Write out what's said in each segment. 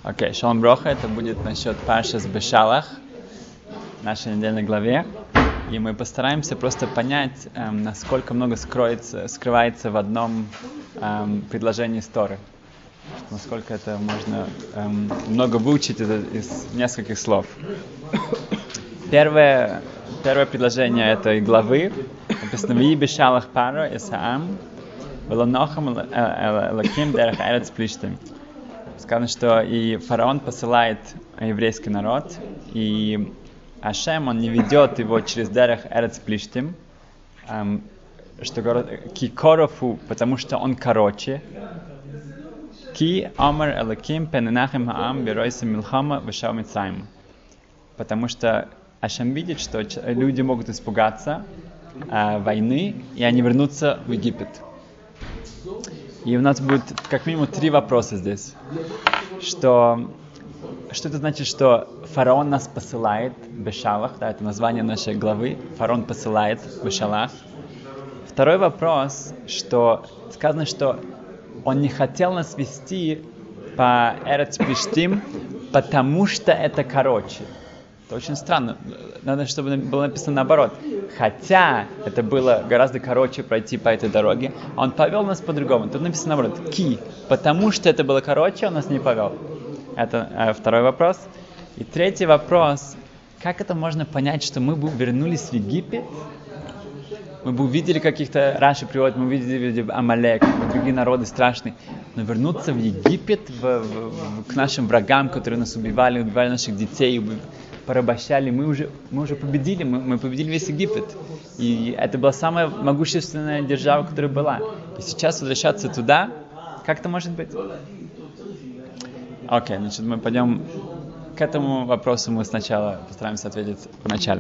Окей, шалом броха, это будет насчет Паршас Бешалах, нашей недельной главе. И мы постараемся просто понять, насколько много скрывается в одном предложении Торы. Насколько это можно много выучить из нескольких слов. Первое предложение этой главы написано «Вии Бешалах Паро Исаам Велонохам Лаким Дерех Эрец Плиштим». Сказано, что и фараон посылает еврейский народ, и Ашем, он не ведет его через Дерех Эрец Плиштим, что говорит «Ки корофу», потому что он короче, «Ки амар элаким пененахим хаам беройса милхама вешау мицраим», потому что Ашем видит, что люди могут испугаться войны, и они вернутся в Египет. И у нас будет как минимум 3 вопроса здесь. Что это значит, что фараон нас посылает в Бешалах, да, это название нашей главы, фараон посылает в Бешалах. Второй вопрос, что сказано, что он не хотел нас вести по Эрец Плиштим, потому что это короче. Это очень странно. Надо, чтобы было написано наоборот. Хотя это было гораздо короче пройти по этой дороге, он повел нас по-другому. Тут написано наоборот. Ки. Потому что это было короче, он нас не повел. Это второй вопрос. И третий вопрос. Как это можно понять, что мы бы вернулись в Египет? Мы бы увидели каких-то, Раши приводит, мы увидели Амалек, другие народы страшные. Но вернуться в Египет, к нашим врагам, которые нас убивали наших детей, порабощали, мы уже победили, мы победили весь Египет. И это была самая могущественная держава, которая была. И сейчас возвращаться туда, как это может быть? Окей, значит, мы пойдем к этому вопросу, мы сначала постараемся ответить вначале.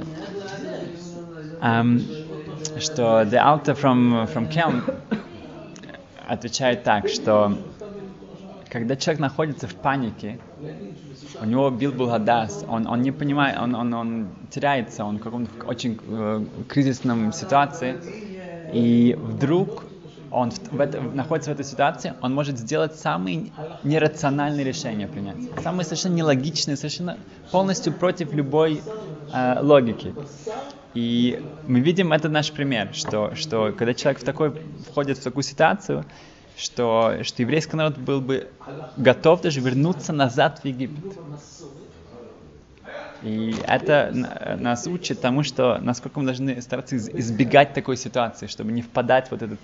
Что The Alter from Kelm отвечает так, что когда человек находится в панике, у него билбул хадас, он не понимает, он теряется, он в каком-то очень кризисном ситуации, и вдруг он находится в этой ситуации, он может сделать самые нерациональные решения принять, самые совершенно нелогичные, совершенно полностью против любой логики. И мы видим, это наш пример, что когда человек входит в такую ситуацию, что еврейский народ был бы готов даже вернуться назад в Египет. И это нас учит тому, что насколько мы должны стараться избегать такой ситуации, чтобы не впадать в эту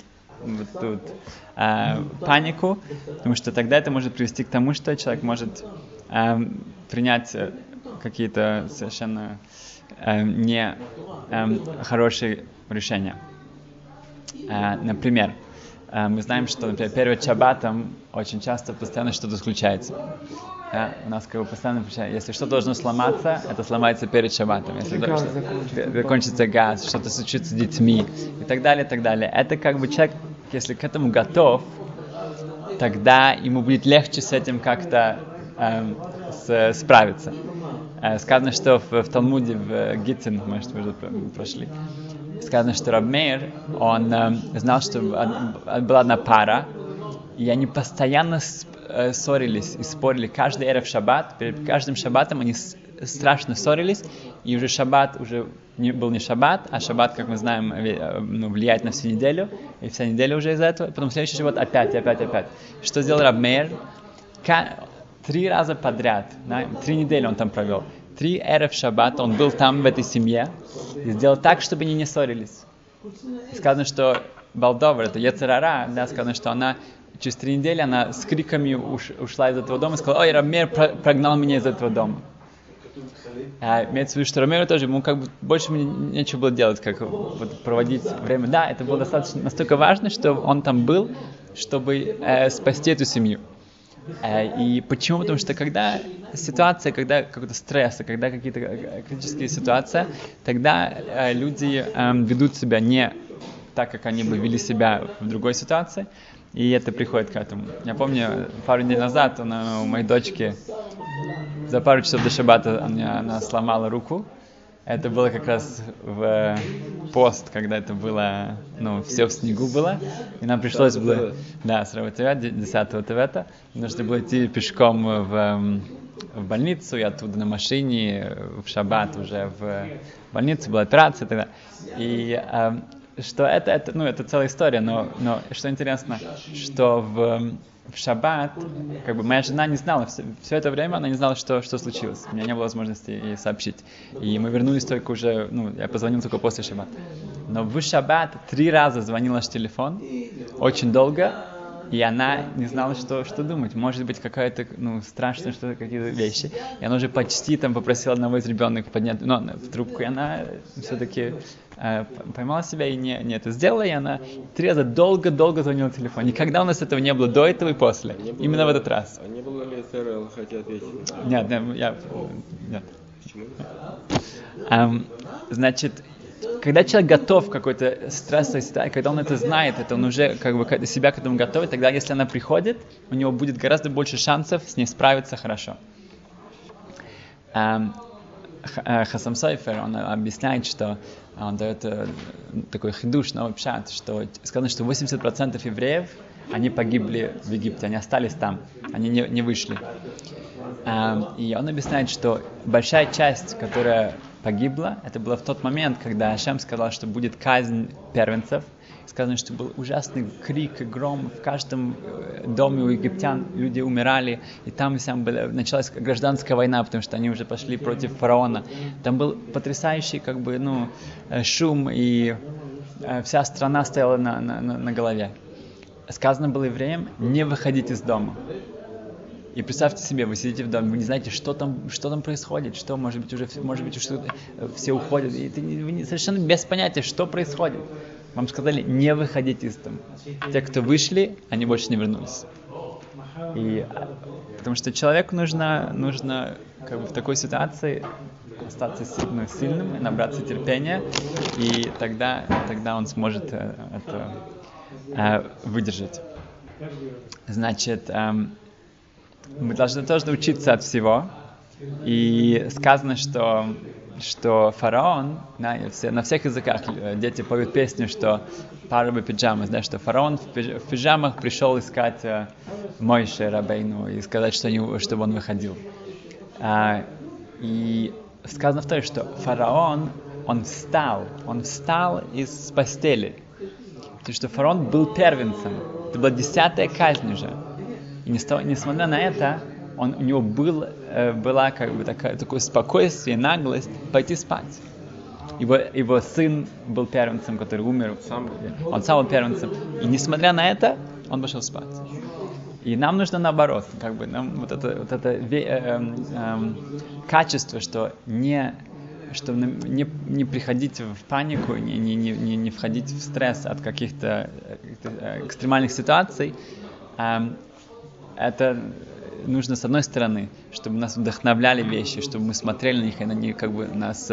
панику, потому что тогда это может привести к тому, что человек может принять какие-то совершенно не хорошие решения. Например, мы знаем, что, например, перед шаббатом очень часто постоянно что-то случается. Да? У нас постоянно, если что-то должно сломаться, это сломается перед шаббатом. Если закончится газ, что-то случится с детьми и так далее, и так далее. Это человек, если к этому готов, тогда ему будет легче с этим как-то справиться. Сказано, что в Талмуде, в Гитин, может, вы уже прошли, сказано, что Рав Меир, он знал, что была одна пара, и они постоянно ссорились и спорили. Каждый эрев шаббат, перед каждым шаббатом они страшно ссорились, и уже шаббат уже был не шаббат, а шаббат, как мы знаем, влияет на всю неделю, и вся неделя уже из-за этого, потом следующий шаббат опять. Что сделал Рав Меир? 3 раза подряд, 3 недели он там провел. 3 эрев шаббата он был там, в этой семье, и сделал так, чтобы они не ссорились. И сказано, что Балдовар, это Йецер Ара, сказано, что она через 3 недели она с криками ушла из этого дома и сказала: «Ой, Рав Меир прогнал меня из этого дома». Имеется в виду, что Рав Меиру тоже, ему больше нечего было делать, как проводить время. Да, это было достаточно настолько важно, что он там был, чтобы спасти эту семью. И почему? Потому что когда ситуация, когда какой-то стресс, когда какие-то критические ситуации, тогда люди ведут себя не так, как они бы вели себя в другой ситуации, и это приходит к этому. Я помню, пару недель назад у моей дочки за пару часов до шаббата она сломала руку, Это было как раз в пост, когда это было, все в снегу было, и нам пришлось было, с Раватевета, 10-го Тевета, нужно было идти пешком в больницу, и оттуда на машине в шаббат уже в больницу, была операция тогда. И что это целая история, но что интересно, что в шаббат, моя жена не знала, все это время она не знала, что случилось. У меня не было возможности ей сообщить. И мы вернулись только уже, я позвонил только после шаббата. Но в шаббат 3 раза звонил наш телефон, очень долго, и она не знала, что думать. Может быть, какая-то, страшная что-то, какие-то вещи. И она уже почти попросила одного из ребенка поднять, в трубку, и она все-таки поймала себя и не это сделала, и она 3 раза долго звонила в телефон. Никогда у нас этого не было до этого и после. Именно в этот раз. А не было ли СРЛ, хотя ответить? Нет. Почему? Значит, когда человек готов к какой-то стрессовой ситуации, когда он это знает, это он уже себя к этому готовит, тогда если она приходит, у него будет гораздо больше шансов с ней справиться хорошо. Хасам Сойфер, он объясняет, что он дает такой хидуш, новый пшат, что сказано, что 80% евреев, они погибли в Египте, они остались там, они не вышли. И он объясняет, что большая часть, которая погибла, это было в тот момент, когда Ашем сказал, что будет казнь первенцев. Сказано, что был ужасный крик и гром в каждом доме у египтян, люди умирали, и там началась гражданская война, потому что они уже пошли против фараона. Там был потрясающий шум, и вся страна стояла на голове. Сказано было евреям: не выходить из дома. И представьте себе, вы сидите в доме, вы не знаете, что там происходит, что, может быть, уже все уходят, и вы совершенно без понятия, что происходит. Вам сказали, не выходите из дома. Те, кто вышли, они больше не вернулись. Потому что человеку нужно в такой ситуации остаться сильным и набраться терпения, и тогда он сможет это выдержать. Значит, мы должны тоже учиться от всего. И сказано, что фараон, на всех языках дети поют песню, что парабы пиджамы, что фараон в пиджамах пришел искать Мойше Рабейну и сказать, чтобы он выходил. И сказано в том, что фараон, он встал из постели, потому что фараон был первенцем, это была 10-я казнь уже. И несмотря на это, у него была такое спокойствие, наглость пойти спать. Его сын был первенцем, который умер. Он сам был первенцем. И несмотря на это, он пошел спать. И нам нужно наоборот, нам качество, что не приходить в панику, не входить в стресс от каких-то экстремальных ситуаций. Это нужно, с одной стороны, чтобы нас вдохновляли вещи, чтобы мы смотрели на них, и они нас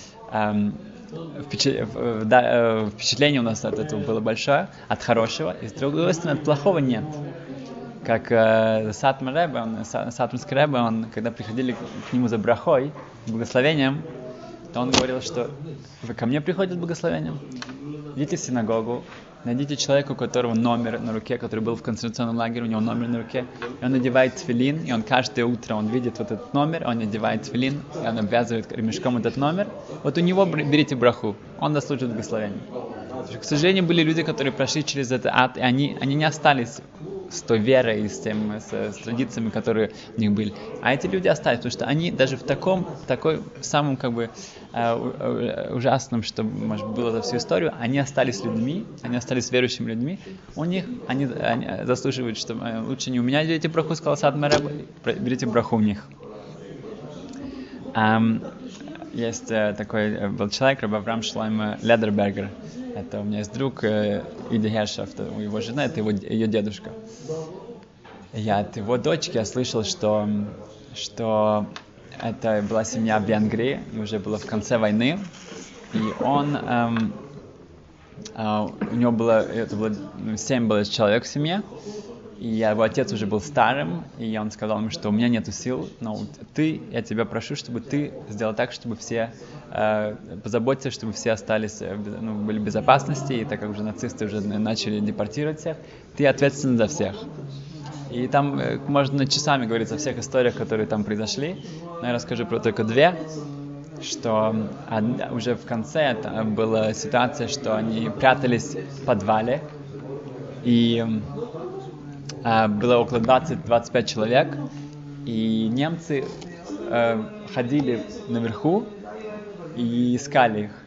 впечатление у нас от этого было большое, от хорошего, и с другой стороны, от плохого нет. Как Сатмарский Ребе, когда приходили к нему за брахой, благословением, то он говорил, что вы ко мне приходите с благословением, идите в синагогу, найдите человека, у которого номер на руке, который был в концентрационном лагере, у него номер на руке, и он надевает тфилин, и он каждое утро он видит этот номер, он надевает тфилин, и он обвязывает ремешком этот номер. Вот у него берите браху, он заслужит благословения. К сожалению, были люди, которые прошли через этот ад, и они не остались с той верой и с традициями, которые у них были. А эти люди остались, потому что они даже в самом ужасном, что, может, было за всю историю, они остались людьми, они остались верующими людьми. Они заслуживают, что лучше не у меня берите браху, сказал Сатмар Ребе, берите браху у них. Есть такой был человек, Раб Авраам Шлоймо Ледербергер. Это у меня есть друг Иди Гершафт, у его жены, это ее дедушка. От его дочки я слышал, что это была семья в Венгрии, и уже было в конце войны. И у него было 7 человек в семье. И его отец уже был старым, и он сказал ему, что у меня нету сил, но я тебя прошу, чтобы ты сделал так, чтобы все позаботься, чтобы все остались, были в безопасности, и так как уже нацисты уже начали депортировать всех, ты ответственен за всех. И там можно часами говорить о всех историях, которые там произошли, но я расскажу про только две, что уже в конце была ситуация, что они прятались в подвале, и было около 20-25 человек, и немцы ходили наверху и искали их.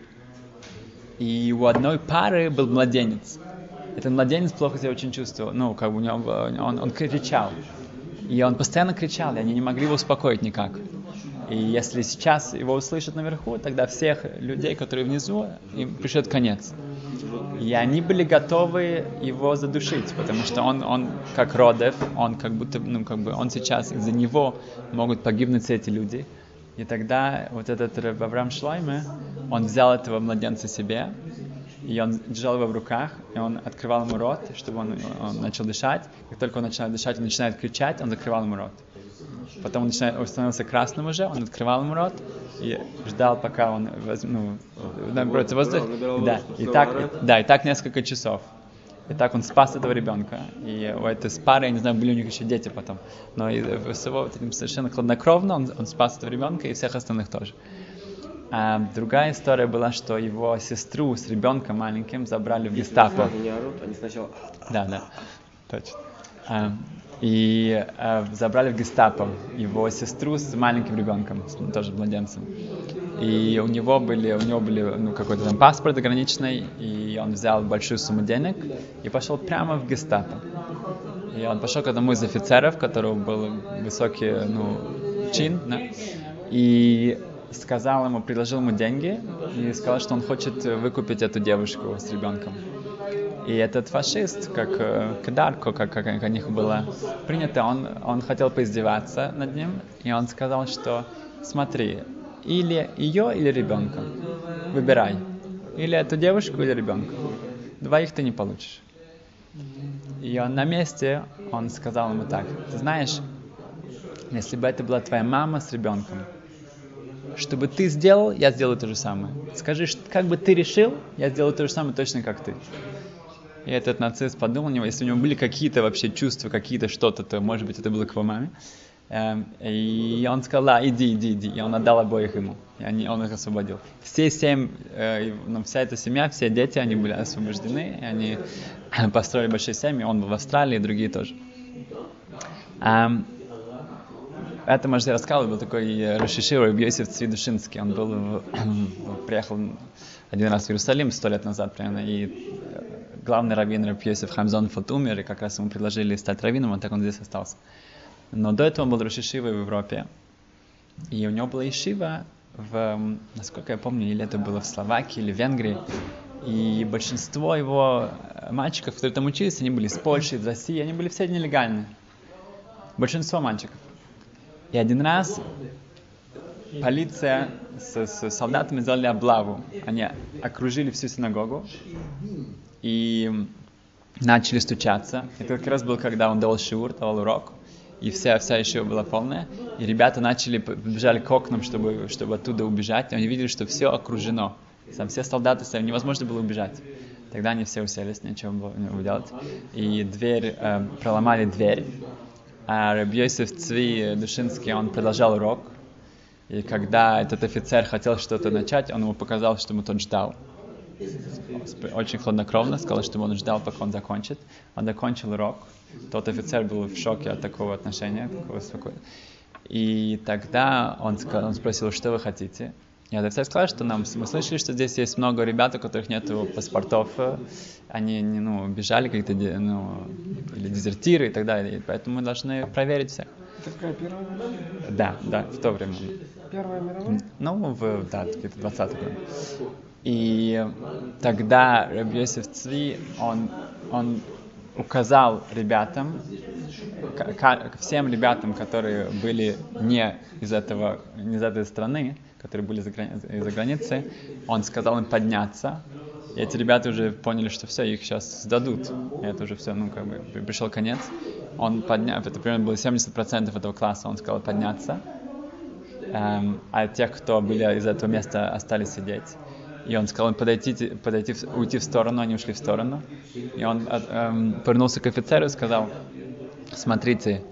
И у одной пары был младенец. Этот младенец плохо себя очень чувствовал, у него он кричал. И он постоянно кричал, и они не могли его успокоить никак. И если сейчас его услышат наверху, тогда всех людей, которые внизу, им придет конец. И они были готовы его задушить, потому что он как Родев, он как будто, он сейчас, из-за него могут погибнуть все эти люди. И тогда вот этот Авраам Шлойме, он взял этого младенца себе, и он держал его в руках, и он открывал ему рот, чтобы он начал дышать. Как только он начинает дышать, он начинает кричать, он закрывал ему рот. Потом он становился красным уже, он открывал ему рот и ждал, пока он наберется воздух. И так несколько часов. И так он спас этого ребенка. И у этой пары, я не знаю, были у них еще дети потом. Но всего этим совершенно хладнокровно он спас этого ребенка и всех остальных тоже. А другая история была, что его сестру с ребенком маленьким забрали в гестапо. Они сначала... Да, точно. И забрали в гестапо его сестру с маленьким ребенком, тоже младенцем. И у него были какой-то там паспорт заграничный, и он взял большую сумму денег и пошел прямо в гестапо. И он пошел к одному из офицеров, у которого был высокий чин, да, и предложил ему деньги и сказал, что он хочет выкупить эту девушку с ребенком. И этот фашист, как Кадарко, как у них было принято, он хотел поиздеваться над ним, и он сказал, что смотри, или ее, или ребенка, выбирай, или эту девушку, или ребенка, двоих ты не получишь. И он на месте, он сказал ему так: ты знаешь, если бы это была твоя мама с ребенком, что бы ты сделал, я сделаю то же самое. Скажи, как бы ты решил, я сделаю то же самое точно, как ты. И этот нацист подумал, если у него были какие-то вообще чувства, какие-то что-то, то, может быть, это было к его маме. И он сказал, да, иди. И он отдал обоих ему. И он их освободил. Вся эта семья, все дети, они были освобождены. И они построили большие семьи. Он был в Австралии, и другие тоже. Это, может, я рассказывал, был такой Рош Йешива Рабби Йосеф Цви Душинский. Он приехал один раз в Иерусалим 100 лет назад примерно, и главный раввин Рабби Йосеф Хаим Зонненфельд умер, и как раз ему предложили стать раввином, так он здесь остался. Но до этого он был Рош Йешивой в Европе, и у него была йешива насколько я помню, или это было в Словакии, или в Венгрии, и большинство его мальчиков, которые там учились, они были из Польши, из России, они были все нелегальные. Большинство мальчиков. И один раз полиция с солдатами сделали облаву. Они окружили всю синагогу и начали стучаться. Это как раз был, когда он давал урок, и вся йешива была полная. И ребята побежали к окнам, чтобы оттуда убежать. И они видели, что все окружено. Там все солдаты, невозможно было убежать. Тогда они все уселись, нечего было делать. И проломали дверь. А Рабби Йосеф Цви Душинский, он продолжал урок. И когда этот офицер хотел что-то начать, он ему показал, чтобы тот ждал. Очень хладнокровно сказал, чтобы он ждал, пока он закончит. Он закончил урок. Тот офицер был в шоке от такого отношения, такого спокойного. И тогда он спросил, что вы хотите. И офицер сказал, что мы слышали, что здесь есть много ребят, у которых нет паспортов. Они бежали как-то, или дезертиры и так далее. И поэтому мы должны проверить всех. Это какая, Первая мировая? Да, в то время. Первая мировая? Где-то 20-й год. И тогда Рабби Йосеф Цви, он указал ребятам, всем ребятам, которые были не из этой страны, которые были из-за границы, он сказал им подняться И эти ребята уже поняли, что все, их сейчас сдадут. И это уже все, пришел конец. Он поднял, это примерно было 70% этого класса, он сказал подняться. А тех, кто были из этого места, остались сидеть. И он сказал уйти в сторону, они ушли в сторону. И он повернулся к офицеру и сказал: смотрите,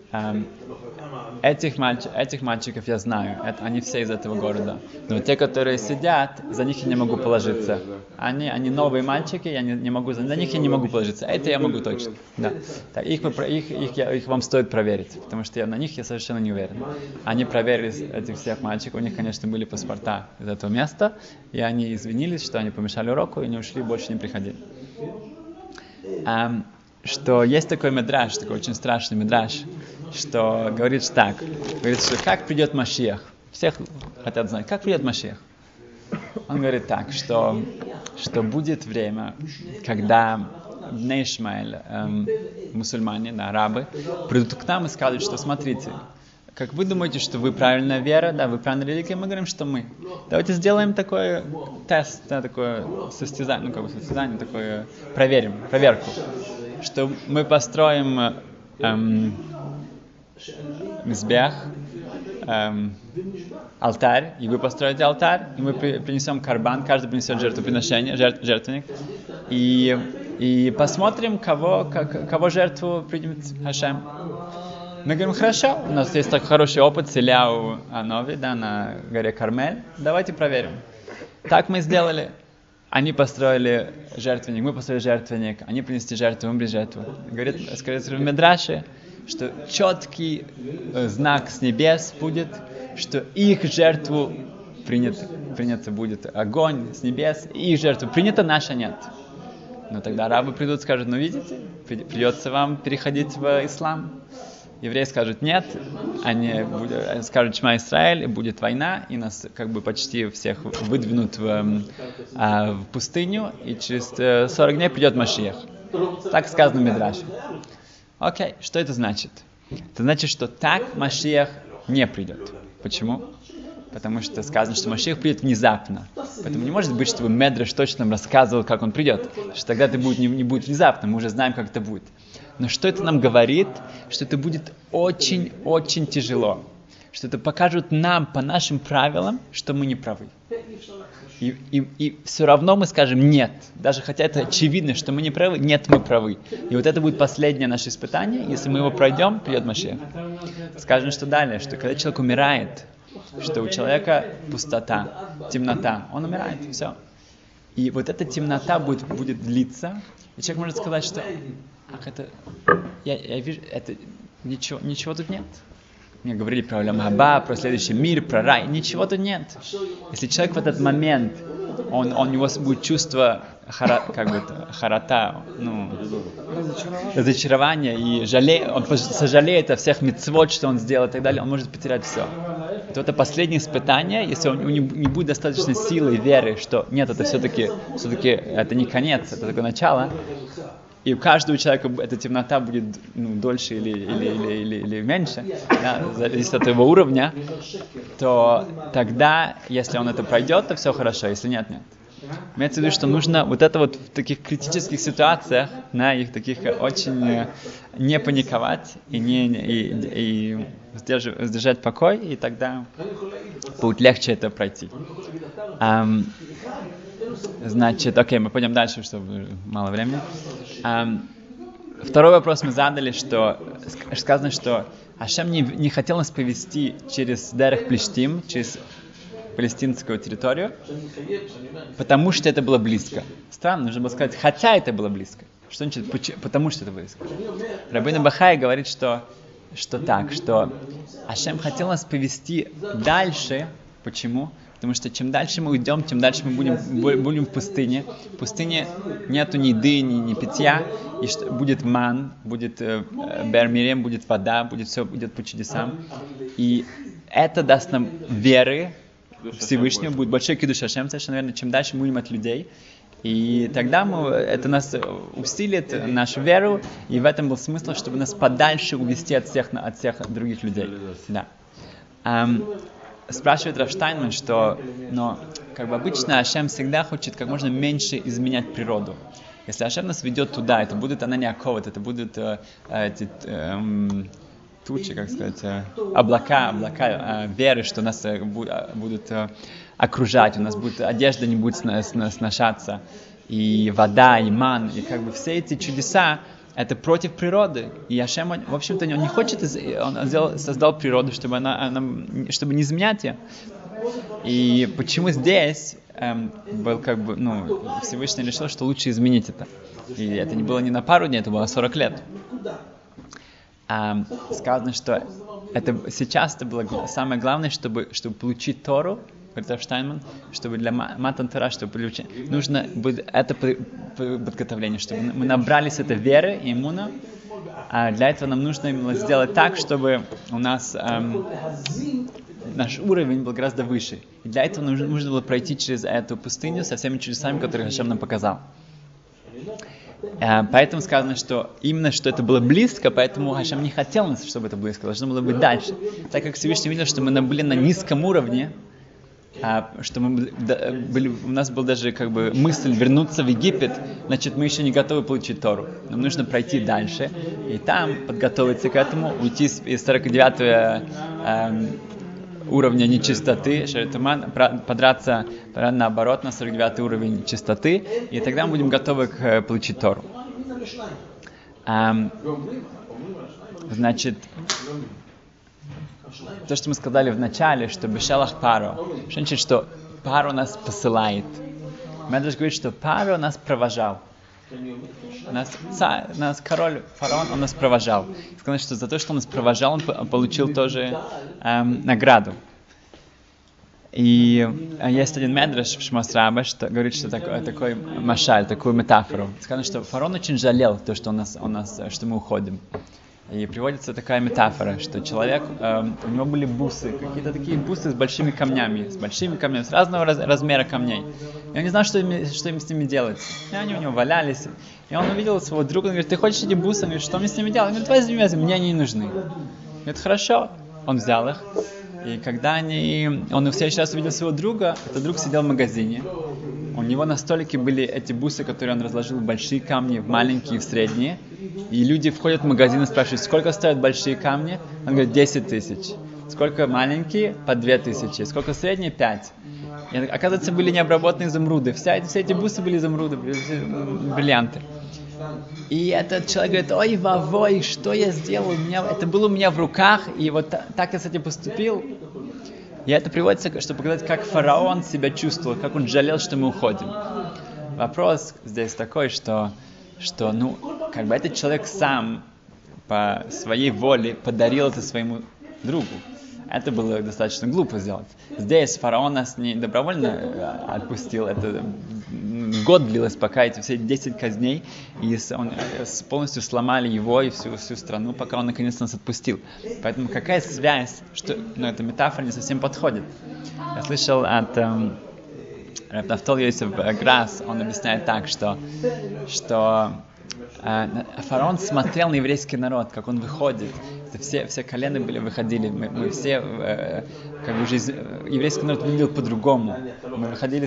этих мальчиков я знаю, они все из этого города. Но те, которые сидят, за них я не могу положиться. Они новые мальчики, за них я не могу положиться. Это я могу точно. Да. Так, их вам стоит проверить, потому что на них я совершенно не уверен. Они проверили этих всех мальчиков, у них, конечно, были паспорта из этого места, и они извинились, что они помешали уроку, и не ушли, больше не приходили. Что есть такой мидраш, такой очень страшный мидраш, что говорит так, что как придет Машиах. Всех хотят знать, как придет Машиах. Он говорит так, что будет время, когда Бней Ишмаэль, мусульмане, арабы, придут к нам и скажут, что смотрите, как вы думаете, что вы правильная вера, да, вы правильная религия, мы говорим, что мы. Давайте сделаем такой тест, да, такое состязание, такое проверку. Что мы построим мизбех, алтарь, и вы построите алтарь, и мы принесем карбан, каждый принесет жертвоприношение, жертвенник, и посмотрим, кого жертву примет Хашем. Мы говорим, хорошо, у нас есть такой хороший опыт с Ильяу Анови, да, на горе Кармель, давайте проверим. Так мы сделали. Они построили жертвенник, мы построили жертвенник, они принесли жертву, мы принесли жертву. Говорит в Мидраше, что четкий знак с небес будет, что их жертву принято будет огонь с небес, и их жертву принято, наша нет. Но тогда арабы придут и скажут, видите, придется вам переходить в ислам. Евреи скажут нет, они скажут Шма Исраэль, и будет война, и нас почти всех выдвинут в пустыню, и через 40 дней придет Машиах. Так сказано в Мидраше. Окей, что это значит? Это значит, что так Машиах не придет. Почему? Потому что сказано, что Машиах придет внезапно. Поэтому не может быть, чтобы Медраш точно нам рассказывал, как он придет. Потому что тогда это не будет внезапно, мы уже знаем, как это будет. Но что это нам говорит? Что это будет очень-очень тяжело. Что это покажет нам по нашим правилам, что мы не правы. И все равно мы скажем нет. Даже хотя это очевидно, что мы не правы, нет, мы правы. И вот это будет последнее наше испытание. Если мы его пройдем, придет Машиах. Скажем, что далее, что когда человек умирает, что у человека пустота, темнота, он умирает, все. И вот эта темнота будет длиться, и человек может сказать, что я вижу, это ничего тут нет. Мне говорили про Олам Хаба, про следующий мир, про рай. Ничего тут нет. Если человек в этот момент, у него будет чувство харата, разочарования, и он сожалеет о всех мицвот, что он сделал и так далее, он может потерять все. Это последнее испытание, если он не будет достаточно силы и веры, что нет, это все-таки это не конец, это только начало. И у каждого человека эта темнота будет дольше или меньше, да, зависит от его уровня, то тогда, если он это пройдет, то все хорошо, если нет, нет. Имеется в виду, что нужно вот это вот в таких критических ситуациях, их таких очень не паниковать и сдержать покой, и тогда будет легче это пройти. Значит, окей, мы пойдем дальше, чтобы мало времени. Второй вопрос мы задали, что сказано, что Ашем не хотел нас повести через Дерех Плештим, через палестинскую территорию, потому что это было близко. Странно, нужно было сказать, хотя это было близко. Что значит, потому что это близко? Рабейну Бахай говорит, что Ашем хотел нас повести дальше. Почему? Потому что чем дальше мы уйдем, тем дальше мы будем в пустыне. В пустыне нету ни еды, ни питья. И будет ман, будет Беэр Мирьям, будет вода, все будет по чудесам. И это даст нам веры Всевышнего, будет большой кидуш Ашем, совершенно верно, чем дальше мы будем от людей. И тогда это нас усилит нашу веру, и в этом был смысл, чтобы нас подальше увести от всех других людей. Да. спрашивает Рав Штайнман, что как бы обычно Ашем всегда хочет как можно меньше изменять природу. Если Ашем нас ведет туда, это будут ананиаковод, это будут эти тучи, как сказать, облака веры, что нас будут окружать, у нас будет одежда не будет сношаться, и вода, и ман, и как бы все эти чудеса, это против природы. И Ашем, в общем-то, он не хочет, он создал природу, чтобы чтобы не изменять ее. И почему здесь был как бы, Всевышний решил, что лучше изменить это. И это не было не на пару дней, это было 40 лет. Сказано, что сейчас это было самое главное, чтобы получить Тору, говорит Рав Штайнман, чтобы для Матан Тора, чтобы получить, нужно будет это подготовление, чтобы мы набрались этой веры и иммуна, а для этого нам нужно именно сделать так, чтобы у нас наш уровень был гораздо выше. И для этого нужно было пройти через эту пустыню со всеми чудесами, которые Хашем нам показал. Поэтому сказано, что именно что это было близко, поэтому Хашем не хотел, чтобы это близко, должно было быть дальше. Так как Всевышний видел, что мы были на низком уровне, что у нас была даже как бы мысль вернуться в Египет, значит, мы еще не готовы получить Тору. Нам нужно пройти дальше, и там подготовиться к этому, уйти из 49-го уровня нечистоты, шаритаман, подраться наоборот на 49-й уровень чистоты, и тогда мы будем готовы получить Тору. Значит, то, что мы сказали в начале, что Бешелах Паро, что значит, что Паро нас посылает. Медраш говорит, что Паро нас провожал. Нас король, фараон, он нас провожал. Сказано, что за то, что он нас провожал, он получил тоже награду. И есть один медраш в Шмос Раба, что говорит, что такой машаль, такую метафору. Сказано, что фараон очень жалел то, что что мы уходим. И приводится такая метафора, что человек, у него были бусы, какие-то такие бусы с большими камнями, с разного размера камней. И он не знал, что им с ними делать. И они у него валялись. И он увидел своего друга, он говорит, ты хочешь эти бусы? Он говорит, что мне с ними делать? Он говорит, возьми, мне они не нужны. Он говорит, хорошо. Он взял их. И когда он в следующий раз увидел своего друга, этот друг сидел в магазине. У него на столике были эти бусы, которые он разложил в большие камни, в маленькие, в средние. И люди входят в магазин и спрашивают, сколько стоят большие камни? Он говорит, 10 тысяч. Сколько маленькие? По 2 тысячи. Сколько средние? 5. И, оказывается, были необработанные изумруды. Все эти бусы были изумруды, бриллианты. И этот человек говорит, ой, вовой, что я сделал? Это было у меня в руках, и вот так я с этим поступил. И это приводится, чтобы показать, как фараон себя чувствовал, как он жалел, что мы уходим. Вопрос здесь такой, что как бы этот человек сам по своей воле подарил это своему другу. Это было достаточно глупо сделать. Здесь фараон нас не добровольно отпустил. Это год длилось, пока эти все 10 казней, и полностью сломали его и всю страну, пока он наконец нас отпустил. Поэтому какая связь, что эта метафора не совсем подходит. Я слышал от Рав Нафтали Йосеф Грасс, он объясняет так, что фараон смотрел на еврейский народ, как он выходит. Это все колены выходили. Мы все, как бы уже еврейский народ видел по-другому. Мы выходили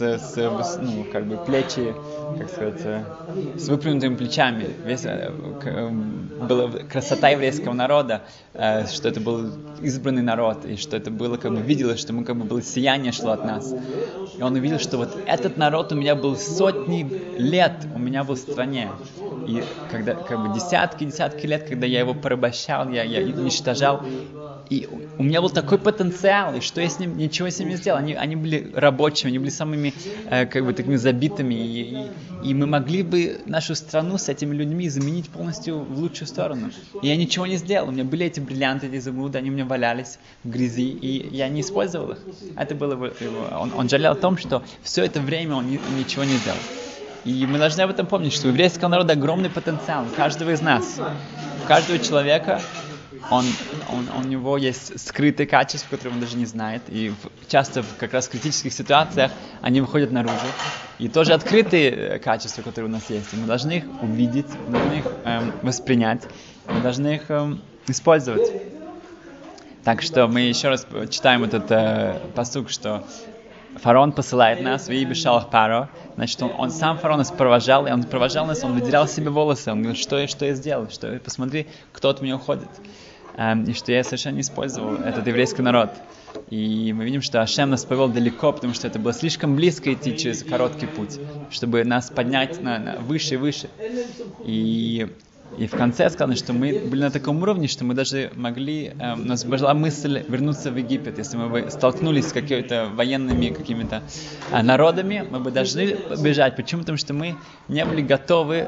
плечи, как сказать, с выпрямленными плечами. Была красота еврейского народа, что это был избранный народ, и что это было, как бы виделось, что мы, как бы, было сияние шло от нас. И он увидел, что вот этот народ у меня был сотни лет, у меня был в стране. И когда, как бы, десятки лет, когда я его порабощал, я уничтожал, и у меня был такой потенциал, и что я ничего с ним не сделал. Они были рабочими, они были самыми, как бы, такими забитыми, и мы могли бы нашу страну с этими людьми заменить полностью в лучшую сторону. И я ничего не сделал. У меня были эти бриллианты, эти изумруды, они у меня валялись в грязи, и я не использовал их. Это было он жалел о том, что все это время он ничего не сделал. И мы должны об этом помнить, что у еврейского народа огромный потенциал, у каждого из нас. У каждого человека у него есть скрытые качества, которые он даже не знает. И часто как раз в критических ситуациях они выходят наружу. И тоже открытые качества, которые у нас есть. И мы должны их увидеть, мы должны их воспринять, мы должны их использовать. Так что мы еще раз читаем этот пасук, что фараон посылает нас, «Вии бешалах паро». Значит, он сам фараон нас провожал, и он провожал нас, он выделял себе волосы. Он говорит, что я сделал, посмотри, кто от меня уходит. И что я совершенно не использовал этот еврейский народ. И мы видим, что Ашем нас повел далеко, потому что это было слишком близко идти через короткий путь, чтобы нас поднять на выше и выше. И в конце сказано, что мы были на таком уровне, что мы даже могли, у нас была мысль вернуться в Египет. Если мы бы столкнулись с какими-то военными какими-то народами, мы бы должны бежать. Почему? Потому что мы не были готовы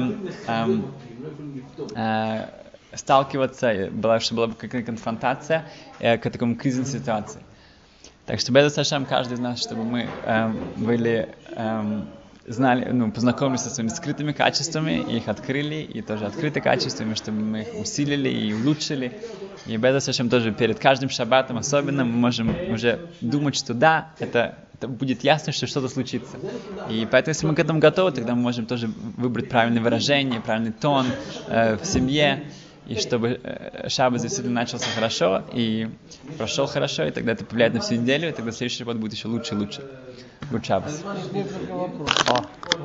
сталкиваться, что была бы какая-то конфронтация к такому кризисной ситуации. Так что Бе'эзрат Ашем, каждый из нас, чтобы мы были... знали, познакомились со своими скрытыми качествами, их открыли, и тоже открытыми качествами, чтобы мы их усилили и улучшили. И Бе'эзрат Ашем тоже перед каждым шаббатом особенно мы можем уже думать, что да, это будет ясно, что что-то случится. И поэтому, если мы к этому готовы, тогда мы можем тоже выбрать правильное выражение, правильный тон в семье, и чтобы шаббат действительно начался хорошо, и прошел хорошо, и тогда это повлияет на всю неделю, и тогда следующий шаббат будет еще лучше и лучше. Good Shabbos.